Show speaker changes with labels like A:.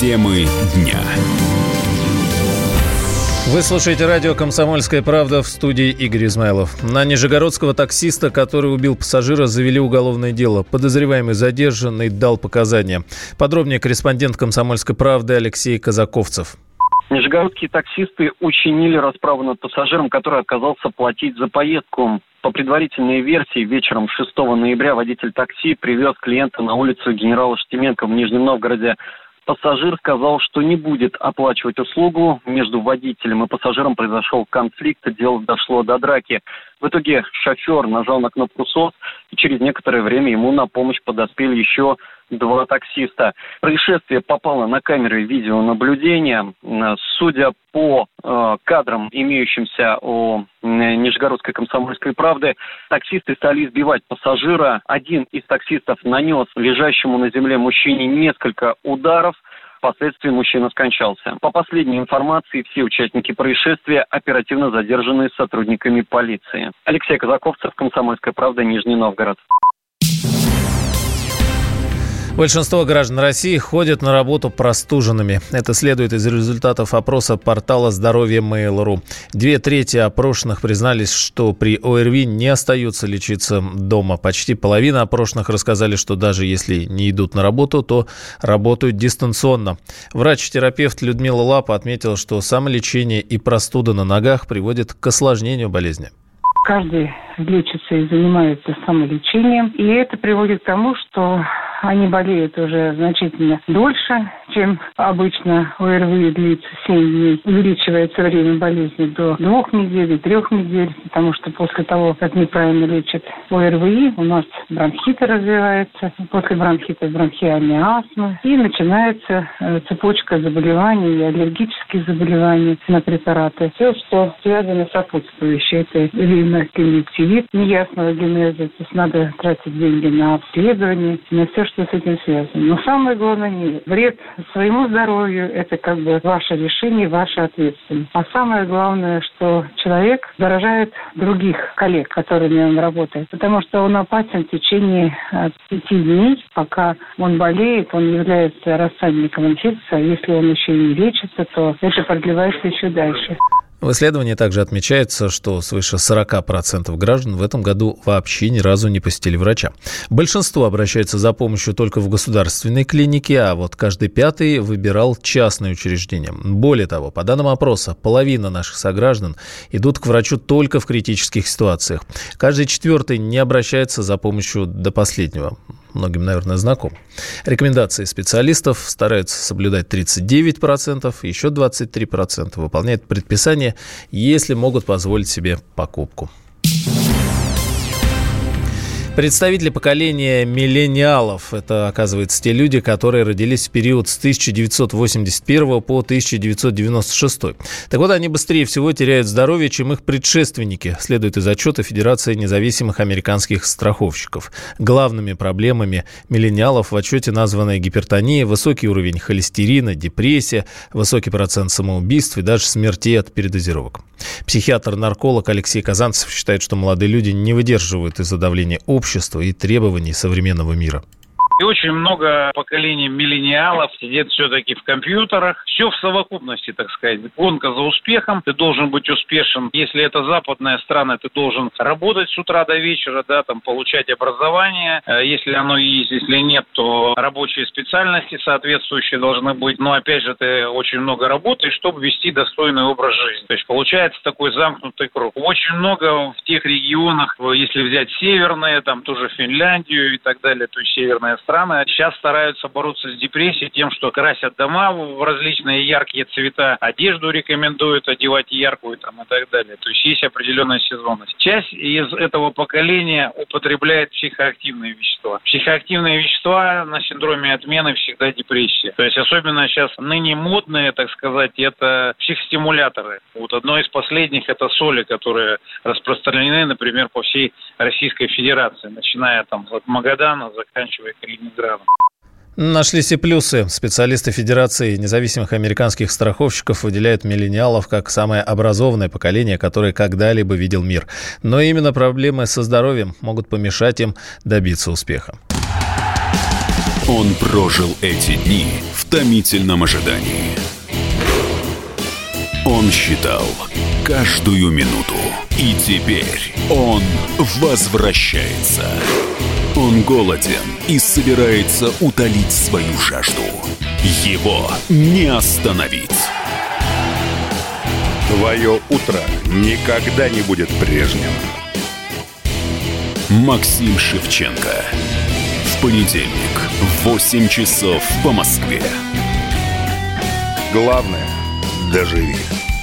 A: Темы дня.
B: Вы слушаете радио «Комсомольская правда», в студии Игорь Измайлов. На нижегородского таксиста, который убил пассажира, завели уголовное дело. Подозреваемый задержанный дал показания. Подробнее корреспондент «Комсомольской правды» Алексей Казаковцев.
C: Нижегородские таксисты учинили расправу над пассажиром, который отказался платить за поездку. По предварительной версии, вечером 6 ноября водитель такси привез клиента на улицу генерала Штеменко в Нижнем Новгороде. Пассажир сказал, что не будет оплачивать услугу. Между водителем и пассажиром произошел конфликт, дело дошло до драки. В итоге шофер нажал на кнопку СОС, и через некоторое время ему на помощь подоспели еще 2 таксиста. Происшествие попало на камеры видеонаблюдения. Судя по кадрам, имеющимся у Нижегородской комсомольской правды, таксисты стали избивать пассажира. Один из таксистов нанес лежащему на земле мужчине несколько ударов. Впоследствии мужчина скончался. По последней информации, все участники происшествия оперативно задержаны сотрудниками полиции. Алексей Казаковцев, «Комсомольская правда», Нижний Новгород.
B: Большинство граждан России ходят на работу простуженными. Это следует из результатов опроса портала «Здоровье Mail.ru». 2/3 опрошенных признались, что при ОРВИ не остаются лечиться дома. Почти половина опрошенных рассказали, что даже если не идут на работу, то работают дистанционно. Врач-терапевт Людмила Лапа отметила, что самолечение и простуда на ногах приводит к осложнению болезни.
D: Каждый лечится и занимается самолечением. И это приводит к тому, что они болеют уже значительно дольше, чем обычно. ОРВИ длится 7 дней. Увеличивается время болезни до 2 недель и 3 недель, потому что после того, как неправильно лечат ОРВИ, у нас бронхиты развиваются. После бронхита бронхиальная астма. И начинается цепочка заболеваний и аллергических заболеваний на препараты. Все, что связано с сопутствующей. Это риноконъюнктивит неясного генеза. То есть надо тратить деньги на обследование, на все, что с этим связано. Но самое главное, вред своему здоровью – это как бы ваше решение, ваша ответственность. А самое главное, что человек заражает других коллег, которыми он работает. Потому что он опасен в течение 5 дней, пока он болеет, он является рассадником инфекции. А если он еще и не лечится, то это продлевается еще дальше.
B: В исследовании также отмечается, что свыше 40% граждан в этом году вообще ни разу не посетили врача. Большинство обращается за помощью только в государственной клинике, а вот каждый 5-й выбирал частное учреждение. Более того, по данным опроса, половина наших сограждан идут к врачу только в критических ситуациях. Каждый 4-й не обращается за помощью до последнего. Многим, наверное, знаком. Рекомендации специалистов стараются соблюдать 39%, еще 23% выполняют предписания, если могут позволить себе покупку. Представители поколения миллениалов – это, оказывается, те люди, которые родились в период с 1981 по 1996. Так вот, они быстрее всего теряют здоровье, чем их предшественники, следует из отчета Федерации независимых американских страховщиков. Главными проблемами миллениалов в отчете названы гипертония, высокий уровень холестерина, депрессия, высокий процент самоубийств и даже смертей от передозировок. Психиатр-нарколог Алексей Казанцев считает, что молодые люди не выдерживают из-за давления общества и требований современного мира.
E: И очень много поколений миллениалов сидят все-таки в компьютерах. Все в совокупности, так сказать. Гонка за успехом. Ты должен быть успешен. Если это западная страна, ты должен работать с утра до вечера, да, там, получать образование. Если оно есть, если нет, то рабочие специальности соответствующие должны быть. Но, опять же, ты очень много работаешь, чтобы вести достойный образ жизни. То есть, получается такой замкнутый круг. Очень много в тех регионах, если взять северные, там, тоже Финляндию и так далее, то есть, северная страны сейчас стараются бороться с депрессией тем, что красят дома в различные яркие цвета, одежду рекомендуют одевать яркую там, и так далее. То есть есть определенная сезонность. Часть из этого поколения употребляет психоактивные вещества. Психоактивные вещества на синдроме отмены всегда депрессия. То есть особенно сейчас ныне модные, так сказать, это психостимуляторы. Вот одно из последних это соли, которые распространены, например, по всей Российской Федерации, начиная там от Магадана, заканчивая Калининградом.
B: Нашлись и плюсы. Специалисты Федерации независимых американских страховщиков выделяют миллениалов как самое образованное поколение, которое когда-либо видел мир. Но именно проблемы со здоровьем могут помешать им добиться успеха.
A: Он прожил эти дни в томительном ожидании. Он считал каждую минуту. И теперь он возвращается. Он голоден и собирается утолить свою жажду. Его не остановить.
F: Твое утро никогда не будет прежним.
A: Максим Шевченко. В понедельник в 8 часов по Москве.
F: Главное – доживи.